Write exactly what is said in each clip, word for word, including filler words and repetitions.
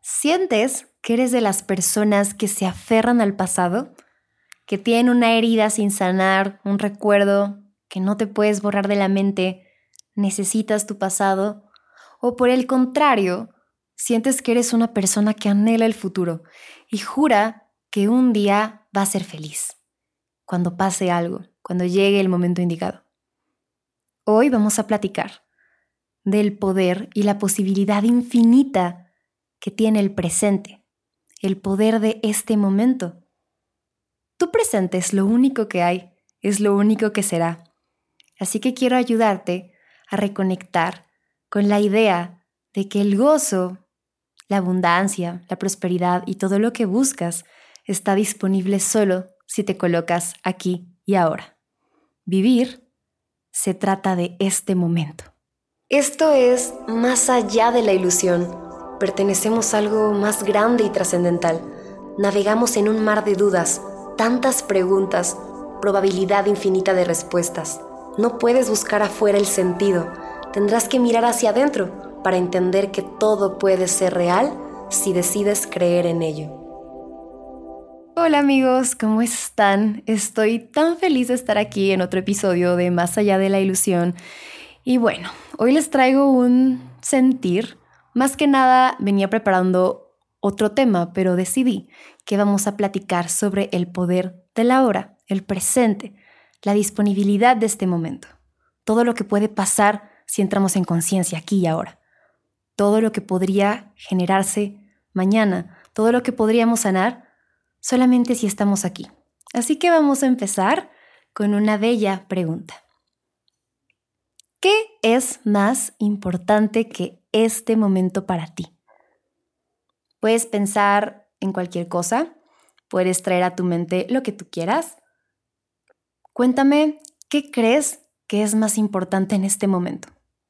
¿Sientes que eres de las personas que se aferran al pasado? ¿Que tienen una herida sin sanar, un recuerdo que no te puedes borrar de la mente? ¿Necesitas tu pasado? ¿O por el contrario, sientes que eres una persona que anhela el futuro y jura que un día va a ser feliz cuando pase algo, cuando llegue el momento indicado? Hoy vamos a platicar del poder y la posibilidad infinita que tiene el presente, el poder de este momento. Tu presente es lo único que hay, es lo único que será. Así que quiero ayudarte a reconectar con la idea de que el gozo, la abundancia, la prosperidad y todo lo que buscas está disponible solo si te colocas aquí y ahora. Vivir se trata de este momento. Esto es más allá de la ilusión. Pertenecemos a algo más grande y trascendental. Navegamos en un mar de dudas, tantas preguntas, probabilidad infinita de respuestas. No puedes buscar afuera el sentido. Tendrás que mirar hacia adentro para entender que todo puede ser real si decides creer en ello. Hola amigos, ¿cómo están? Estoy tan feliz de estar aquí en otro episodio de Más allá de la ilusión. Y bueno, hoy les traigo un sentir. Más que nada venía preparando otro tema, pero decidí que vamos a platicar sobre el poder de la hora, el presente, la disponibilidad de este momento. Todo lo que puede pasar si entramos en conciencia aquí y ahora. Todo lo que podría generarse mañana, todo lo que podríamos sanar solamente si estamos aquí. Así que vamos a empezar con una bella pregunta. ¿Qué es más importante que este momento para ti? Puedes pensar en cualquier cosa, puedes traer a tu mente lo que tú quieras. Cuéntame, ¿qué crees que es más importante en este momento?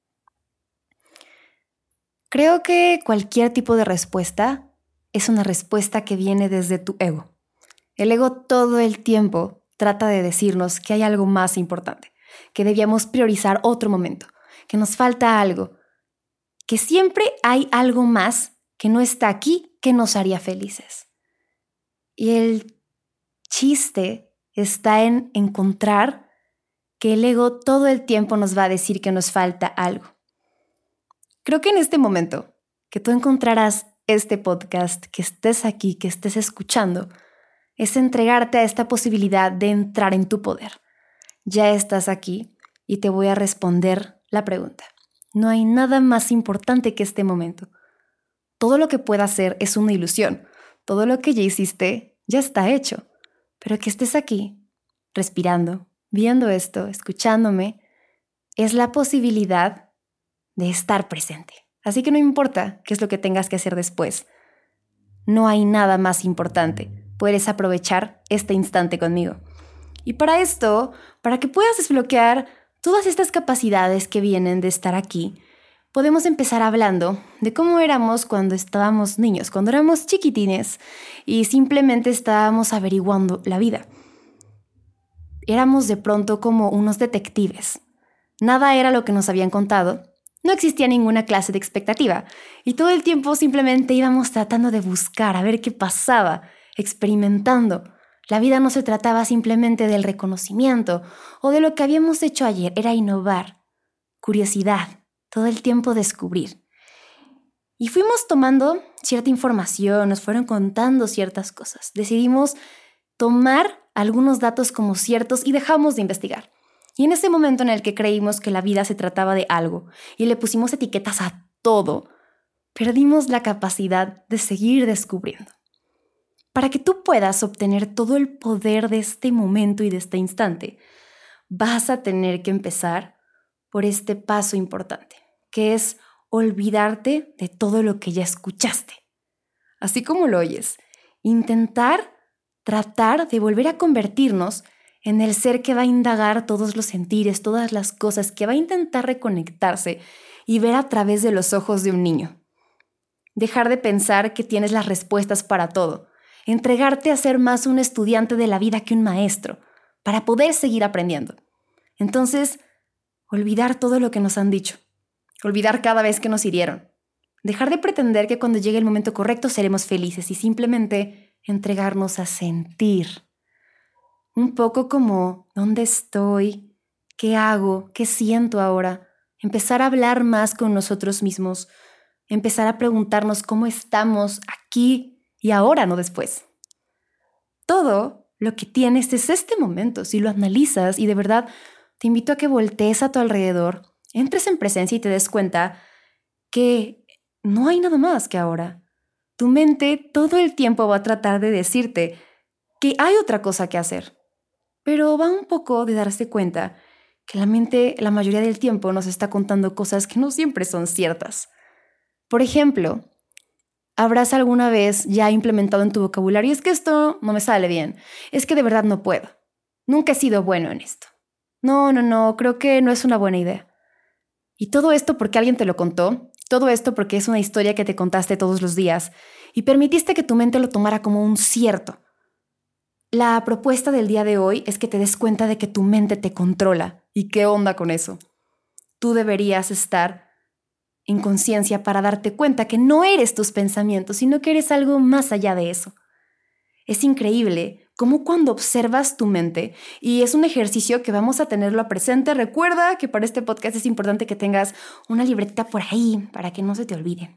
Creo que cualquier tipo de respuesta es una respuesta que viene desde tu ego. El ego todo el tiempo trata de decirnos que hay algo más importante, que debíamos priorizar otro momento, que nos falta algo, que siempre hay algo más que no está aquí que nos haría felices. Y el chiste está en encontrar que el ego todo el tiempo nos va a decir que nos falta algo. Creo que en este momento, que tú encontrarás este podcast, que estés aquí, que estés escuchando, es entregarte a esta posibilidad de entrar en tu poder. Ya estás aquí y te voy a responder la pregunta. No hay nada más importante que este momento. Todo lo que pueda hacer es una ilusión. Todo lo que ya hiciste ya está hecho. Pero que estés aquí, respirando, viendo esto, escuchándome, es la posibilidad de estar presente. Así que no importa qué es lo que tengas que hacer después. No hay nada más importante. Puedes aprovechar este instante conmigo. Y para esto, para que puedas desbloquear todas estas capacidades que vienen de estar aquí, podemos empezar hablando de cómo éramos cuando estábamos niños, cuando éramos chiquitines y simplemente estábamos averiguando la vida. Éramos de pronto como unos detectives. Nada era lo que nos habían contado. No existía ninguna clase de expectativa y todo el tiempo simplemente íbamos tratando de buscar a ver qué pasaba, experimentando. La vida no se trataba simplemente del reconocimiento o de lo que habíamos hecho ayer, era innovar, curiosidad, todo el tiempo descubrir. Y fuimos tomando cierta información, nos fueron contando ciertas cosas. Decidimos tomar algunos datos como ciertos y dejamos de investigar. Y en ese momento en el que creímos que la vida se trataba de algo y le pusimos etiquetas a todo, perdimos la capacidad de seguir descubriendo. Para que tú puedas obtener todo el poder de este momento y de este instante, vas a tener que empezar por este paso importante, que es olvidarte de todo lo que ya escuchaste. Así como lo oyes, intentar tratar de volver a convertirnos en el ser que va a indagar todos los sentires, todas las cosas, que va a intentar reconectarse y ver a través de los ojos de un niño. Dejar de pensar que tienes las respuestas para todo. Entregarte a ser más un estudiante de la vida que un maestro, para poder seguir aprendiendo. Entonces, olvidar todo lo que nos han dicho, olvidar cada vez que nos hirieron, Dejar de pretender que cuando llegue el momento correcto seremos felices y simplemente entregarnos a sentir. Un poco como, ¿dónde estoy? ¿Qué hago? ¿Qué siento ahora? Empezar a hablar más con nosotros mismos. Empezar a preguntarnos cómo estamos aquí y ahora, no después. Todo lo que tienes es este momento. Si lo analizas y de verdad te invito a que voltees a tu alrededor, entres en presencia y te des cuenta que no hay nada más que ahora. Tu mente todo el tiempo va a tratar de decirte que hay otra cosa que hacer, pero va un poco de darse cuenta que la mente la mayoría del tiempo nos está contando cosas que no siempre son ciertas. Por ejemplo, ¿habrás alguna vez ya implementado en tu vocabulario? Es que esto no me sale bien, es que de verdad no puedo, nunca he sido bueno en esto. No, no, no, creo que no es una buena idea. Y todo esto porque alguien te lo contó, todo esto porque es una historia que te contaste todos los días y permitiste que tu mente lo tomara como un cierto. La propuesta del día de hoy es que te des cuenta de que tu mente te controla. ¿Y qué onda con eso? Tú deberías estar en conciencia para darte cuenta que no eres tus pensamientos, sino que eres algo más allá de eso. Es increíble cómo cuando observas tu mente, y es un ejercicio que vamos a tenerlo presente, recuerda que para este podcast es importante que tengas una libretita por ahí para que no se te olvide.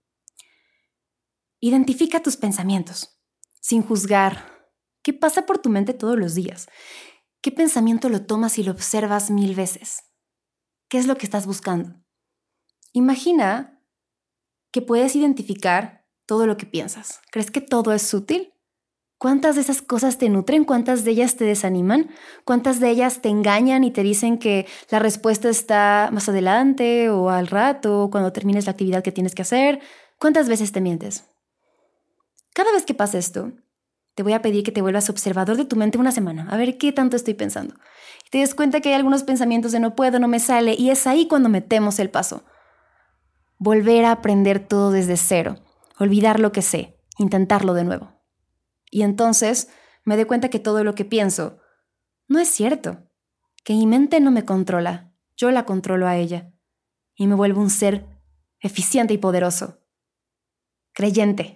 Identifica tus pensamientos, sin juzgar. ¿Qué pasa por tu mente todos los días? ¿Qué pensamiento lo tomas y lo observas mil veces? ¿Qué es lo que estás buscando? Imagina que puedes identificar todo lo que piensas. ¿Crees que todo es útil? ¿Cuántas de esas cosas te nutren? ¿Cuántas de ellas te desaniman? ¿Cuántas de ellas te engañan y te dicen que la respuesta está más adelante o al rato o cuando termines la actividad que tienes que hacer? ¿Cuántas veces te mientes? Cada vez que pasa esto, te voy a pedir que te vuelvas observador de tu mente una semana, a ver qué tanto estoy pensando. Y te des cuenta que hay algunos pensamientos de no puedo, no me sale, y es ahí cuando metemos el paso. Volver a aprender todo desde cero, olvidar lo que sé, intentarlo de nuevo. Y entonces me doy cuenta que todo lo que pienso no es cierto, que mi mente no me controla, yo la controlo a ella, y me vuelvo un ser eficiente y poderoso, creyente.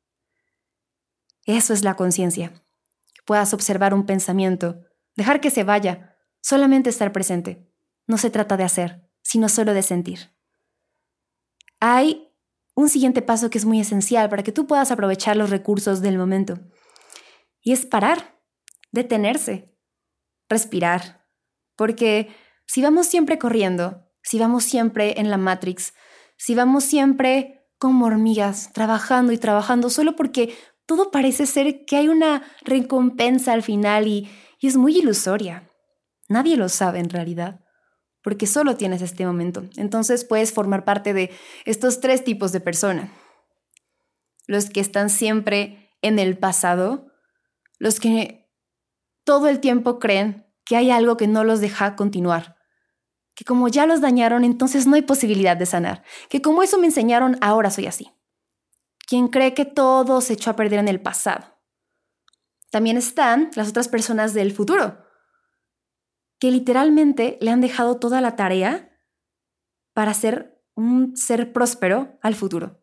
Eso es la conciencia, que puedas observar un pensamiento, dejar que se vaya, solamente estar presente. No se trata de hacer, sino solo de sentir. Hay un siguiente paso que es muy esencial para que tú puedas aprovechar los recursos del momento. Y es parar, detenerse, respirar. Porque si vamos siempre corriendo, si vamos siempre en la Matrix, si vamos siempre como hormigas, trabajando y trabajando, solo porque todo parece ser que hay una recompensa al final y, y es muy ilusoria. Nadie lo sabe en realidad, porque solo tienes este momento. Entonces puedes formar parte de estos tres tipos de persona. Los que están siempre en el pasado, los que todo el tiempo creen que hay algo que no los deja continuar, que como ya los dañaron, entonces no hay posibilidad de sanar, que como eso me enseñaron, ahora soy así. Quien cree que todo se echó a perder en el pasado. También están las otras personas del futuro, que literalmente le han dejado toda la tarea para ser un ser próspero al futuro,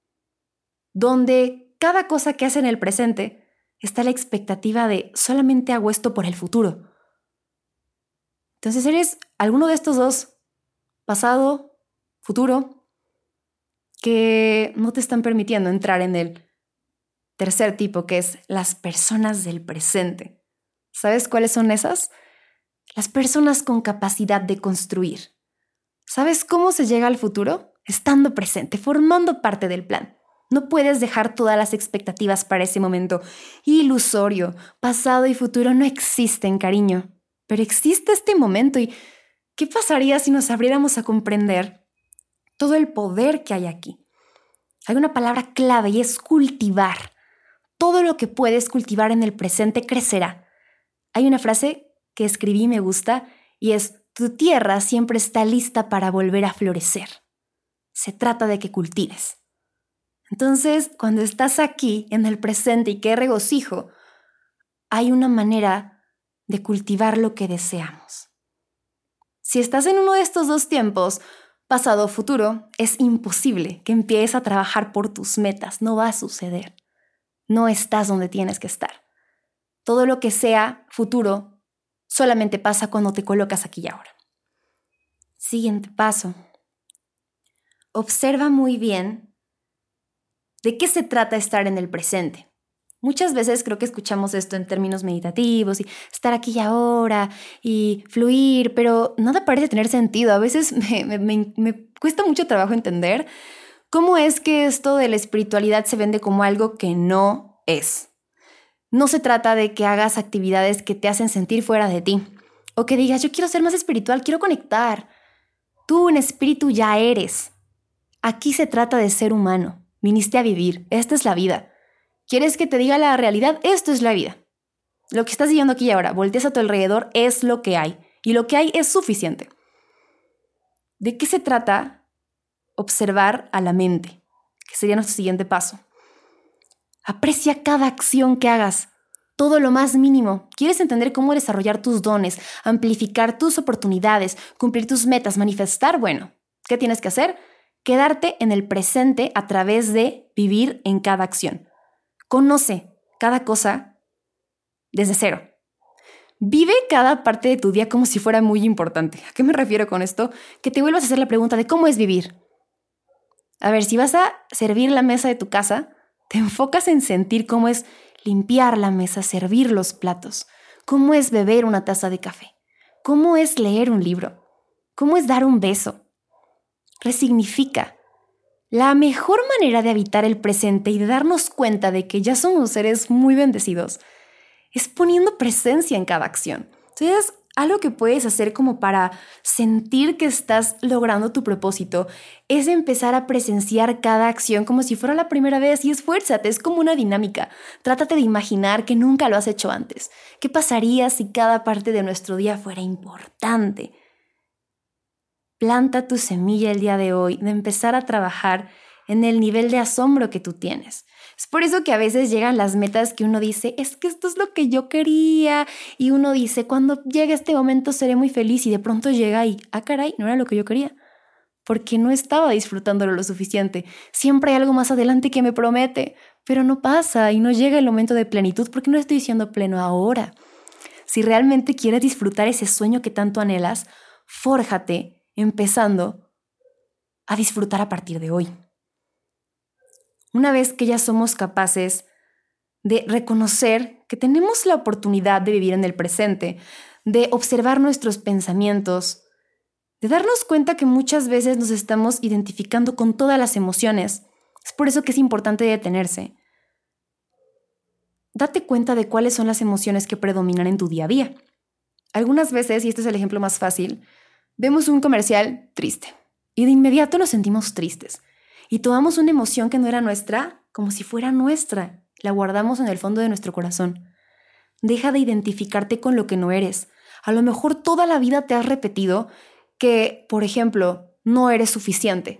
donde cada cosa que hace en el presente está la expectativa de solamente hago esto por el futuro. Entonces eres alguno de estos dos, pasado, futuro, que no te están permitiendo entrar en el tercer tipo, que es las personas del presente. ¿Sabes cuáles son esas? Las personas con capacidad de construir. ¿Sabes cómo se llega al futuro? Estando presente, formando parte del plan. No puedes dejar todas las expectativas para ese momento. Ilusorio, pasado y futuro no existen, cariño. Pero existe este momento y ¿qué pasaría si nos abriéramos a comprender todo el poder que hay aquí? Hay una palabra clave y es cultivar. Todo lo que puedes cultivar en el presente crecerá. Hay una frase que escribí y me gusta y es: tu tierra siempre está lista para volver a florecer. Se trata de que cultives. Entonces, cuando estás aquí en el presente y qué regocijo, hay una manera de cultivar lo que deseamos. Si estás en uno de estos dos tiempos, pasado o futuro, es imposible que empieces a trabajar por tus metas. No va a suceder. No estás donde tienes que estar. Todo lo que sea futuro solamente pasa cuando te colocas aquí y ahora. Siguiente paso. Observa muy bien de qué se trata estar en el presente. Muchas veces creo que escuchamos esto en términos meditativos y estar aquí y ahora y fluir, pero nada parece tener sentido. A veces me, me, me, me cuesta mucho trabajo entender cómo es que esto de la espiritualidad se vende como algo que no es. No se trata de que hagas actividades que te hacen sentir fuera de ti o que digas, yo quiero ser más espiritual, quiero conectar. Tú en espíritu ya eres. Aquí se trata de ser humano. Viniste a vivir. Esta es la vida. ¿Quieres que te diga la realidad? Esto es la vida. Lo que estás viviendo aquí y ahora, volteas a tu alrededor, es lo que hay. Y lo que hay es suficiente. ¿De qué se trata? Observar a la mente, que sería nuestro siguiente paso. Aprecia cada acción que hagas, todo lo más mínimo. ¿Quieres entender cómo desarrollar tus dones, amplificar tus oportunidades, cumplir tus metas, manifestar? Bueno, ¿qué tienes que hacer? Quedarte en el presente a través de vivir en cada acción. Conoce cada cosa desde cero. Vive cada parte de tu día como si fuera muy importante. ¿A qué me refiero con esto? Que te vuelvas a hacer la pregunta de cómo es vivir. A ver, si vas a servir la mesa de tu casa, te enfocas en sentir cómo es limpiar la mesa, servir los platos, cómo es beber una taza de café, cómo es leer un libro, cómo es dar un beso. Resignifica. La mejor manera de habitar el presente y de darnos cuenta de que ya somos seres muy bendecidos es poniendo presencia en cada acción. Entonces, algo que puedes hacer como para sentir que estás logrando tu propósito es empezar a presenciar cada acción como si fuera la primera vez y esfuérzate, es como una dinámica. Trátate de imaginar que nunca lo has hecho antes. ¿Qué pasaría si cada parte de nuestro día fuera importante? Planta tu semilla el día de hoy de empezar a trabajar en el nivel de asombro que tú tienes. Es por eso que a veces llegan las metas que uno dice, es que esto es lo que yo quería. Y uno dice, cuando llegue este momento seré muy feliz. Y de pronto llega y, ah, caray, no era lo que yo quería. Porque no estaba disfrutándolo lo suficiente. Siempre hay algo más adelante que me promete, pero no pasa y no llega el momento de plenitud porque no estoy siendo pleno ahora. Si realmente quieres disfrutar ese sueño que tanto anhelas, fórjate empezando a disfrutar a partir de hoy. Una vez que ya somos capaces de reconocer que tenemos la oportunidad de vivir en el presente, de observar nuestros pensamientos, de darnos cuenta que muchas veces nos estamos identificando con todas las emociones, es por eso que es importante detenerse. Date cuenta de cuáles son las emociones que predominan en tu día a día. Algunas veces, y este es el ejemplo más fácil, vemos un comercial triste y de inmediato nos sentimos tristes y tomamos una emoción que no era nuestra como si fuera nuestra. La guardamos en el fondo de nuestro corazón. Deja de identificarte con lo que no eres. A lo mejor toda la vida te has repetido que, por ejemplo, no eres suficiente.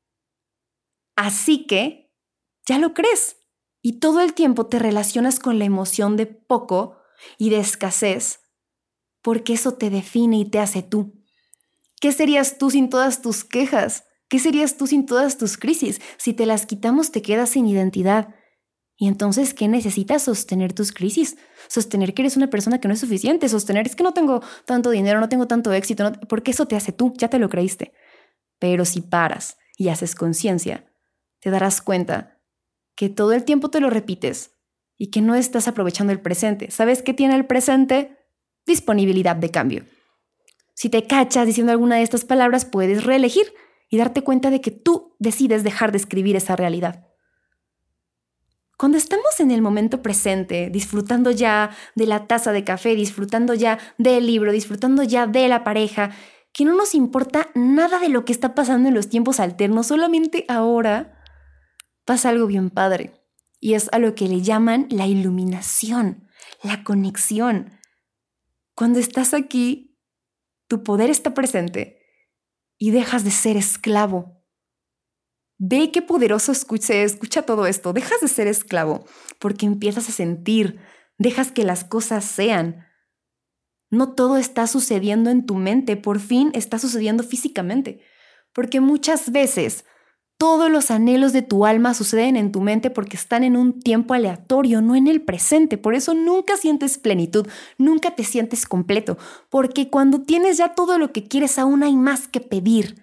Así que ya lo crees y todo el tiempo te relacionas con la emoción de poco y de escasez porque eso te define y te hace tú. ¿Qué serías tú sin todas tus quejas? ¿Qué serías tú sin todas tus crisis? Si te las quitamos, te quedas sin identidad. Y entonces, ¿qué necesitas? Sostener tus crisis. Sostener que eres una persona que no es suficiente. Sostener es que no tengo tanto dinero, no tengo tanto éxito, no, porque eso te hace tú, ya te lo creíste. Pero si paras y haces conciencia, te darás cuenta que todo el tiempo te lo repites y que no estás aprovechando el presente. ¿Sabes qué tiene el presente? Disponibilidad de cambio. Si te cachas diciendo alguna de estas palabras, puedes reelegir y darte cuenta de que tú decides dejar de escribir esa realidad. Cuando estamos en el momento presente, disfrutando ya de la taza de café, disfrutando ya del libro, disfrutando ya de la pareja, que no nos importa nada de lo que está pasando en los tiempos alternos, solamente ahora pasa algo bien padre. Y es a lo que le llaman la iluminación, la conexión. Cuando estás aquí, tu poder está presente y dejas de ser esclavo. Ve qué poderoso se escucha todo esto. Dejas de ser esclavo porque empiezas a sentir, dejas que las cosas sean. No todo está sucediendo en tu mente, por fin está sucediendo físicamente. porque muchas veces todos los anhelos de tu alma suceden en tu mente porque están en un tiempo aleatorio, no en el presente. Por eso nunca sientes plenitud, nunca te sientes completo, porque cuando tienes ya todo lo que quieres, aún hay más que pedir.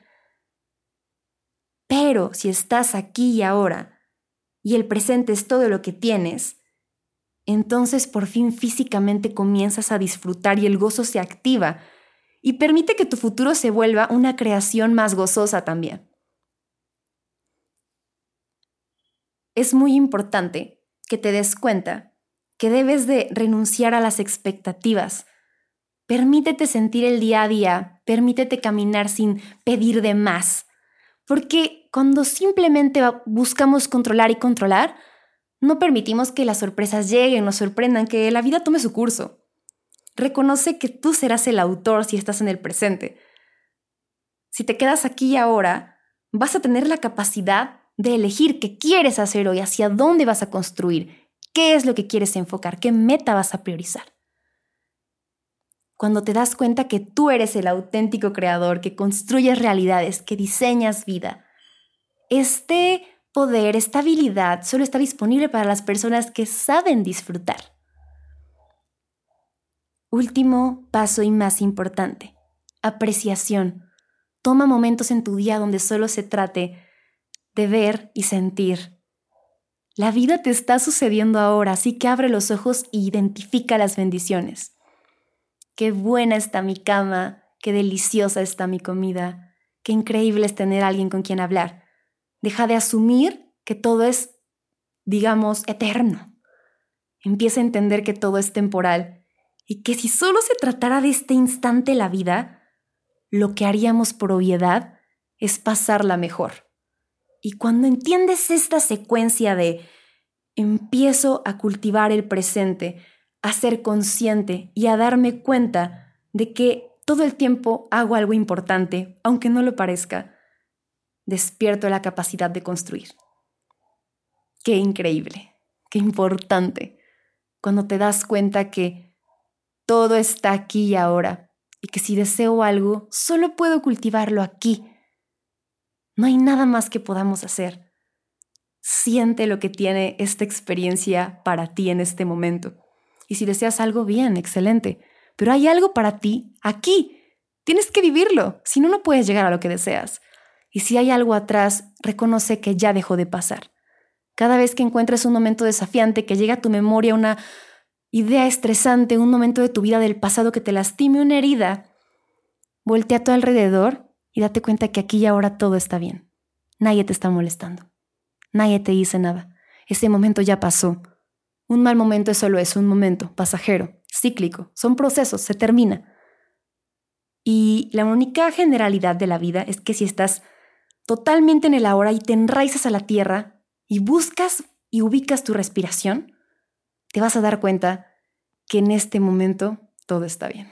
Pero si estás aquí y ahora, y el presente es todo lo que tienes, entonces por fin físicamente comienzas a disfrutar y el gozo se activa y permite que tu futuro se vuelva una creación más gozosa también. Es muy importante que te des cuenta que debes de renunciar a las expectativas. Permítete sentir el día a día, permítete caminar sin pedir de más. Porque cuando simplemente buscamos controlar y controlar, no permitimos que las sorpresas lleguen, nos sorprendan, que la vida tome su curso. Reconoce que tú serás el autor si estás en el presente. Si te quedas aquí y ahora, vas a tener la capacidad de elegir qué quieres hacer hoy, hacia dónde vas a construir, qué es lo que quieres enfocar, qué meta vas a priorizar. Cuando te das cuenta que tú eres el auténtico creador, que construyes realidades, que diseñas vida, este poder, esta habilidad solo está disponible para las personas que saben disfrutar. Último paso y más importante, apreciación. Toma momentos en tu día donde solo se trate de ver y sentir. La vida te está sucediendo ahora, así que abre los ojos e identifica las bendiciones. Qué buena está mi cama, qué deliciosa está mi comida, qué increíble es tener a alguien con quien hablar. Deja de asumir que todo es, digamos, eterno. Empieza a entender que todo es temporal y que si solo se tratara de este instante la vida, lo que haríamos por obviedad es pasarla mejor. Y cuando entiendes esta secuencia de empiezo a cultivar el presente, a ser consciente y a darme cuenta de que todo el tiempo hago algo importante, aunque no lo parezca, despierto la capacidad de construir. Qué increíble, qué importante, cuando te das cuenta que todo está aquí y ahora y que si deseo algo, solo puedo cultivarlo aquí. No hay nada más que podamos hacer. Siente lo que tiene esta experiencia para ti en este momento. Y si deseas algo, bien, excelente. Pero hay algo para ti aquí. Tienes que vivirlo, si no, no puedes llegar a lo que deseas. Y si hay algo atrás, reconoce que ya dejó de pasar. Cada vez que encuentres un momento desafiante, que llega a tu memoria una idea estresante, un momento de tu vida del pasado que te lastime, una herida, voltea a tu alrededor y date cuenta que aquí y ahora todo está bien. Nadie te está molestando. Nadie te dice nada. Ese momento ya pasó. Un mal momento es solo eso, un momento pasajero, cíclico. Son procesos, se termina. Y la única generalidad de la vida es que si estás totalmente en el ahora y te enraizas a la tierra y buscas y ubicas tu respiración, te vas a dar cuenta que en este momento todo está bien.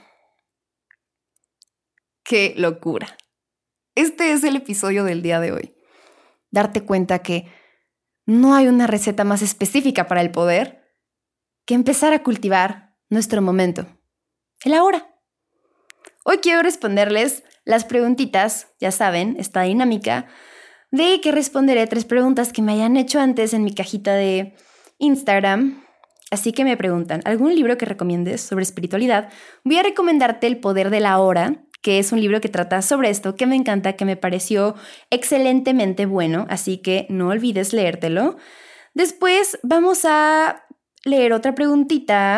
¡Qué locura! Este es el episodio del día de hoy. Darte cuenta que no hay una receta más específica para el poder que empezar a cultivar nuestro momento, el ahora. Hoy quiero responderles las preguntitas, ya saben, esta dinámica, de que responderé tres preguntas que me hayan hecho antes en mi cajita de Instagram. Así que me preguntan, ¿algún libro que recomiendes sobre espiritualidad? Voy a recomendarte El poder de la hora, que es un libro que trata sobre esto, que me encanta, que me pareció excelentemente bueno, así que no olvides leértelo. Después vamos a leer otra preguntita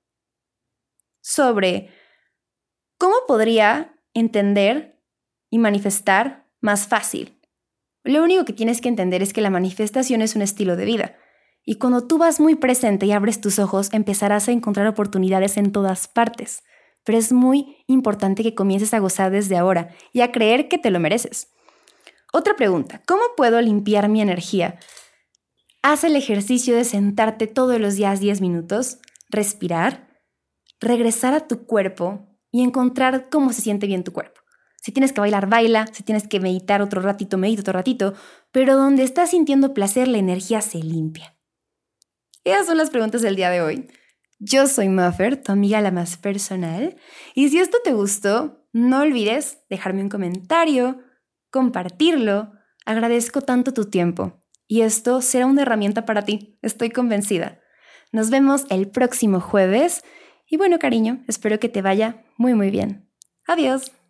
sobre cómo podría entender y manifestar más fácil. Lo único que tienes que entender es que la manifestación es un estilo de vida. Y cuando tú vas muy presente y abres tus ojos, empezarás a encontrar oportunidades en todas partes. Pero es muy importante que comiences a gozar desde ahora y a creer que te lo mereces. Otra pregunta, ¿cómo puedo limpiar mi energía? Haz el ejercicio de sentarte todos los días diez minutos, respirar, regresar a tu cuerpo y encontrar cómo se siente bien tu cuerpo. Si tienes que bailar, baila. Si tienes que meditar otro ratito, medita otro ratito. Pero donde estás sintiendo placer, la energía se limpia. Esas son las preguntas del día de hoy. Yo soy Maffer, tu amiga la más personal. Y si esto te gustó, no olvides dejarme un comentario, compartirlo, agradezco tanto tu tiempo. Y esto será una herramienta para ti, estoy convencida. Nos vemos el próximo jueves. Y bueno, cariño, espero que te vaya muy muy bien. Adiós.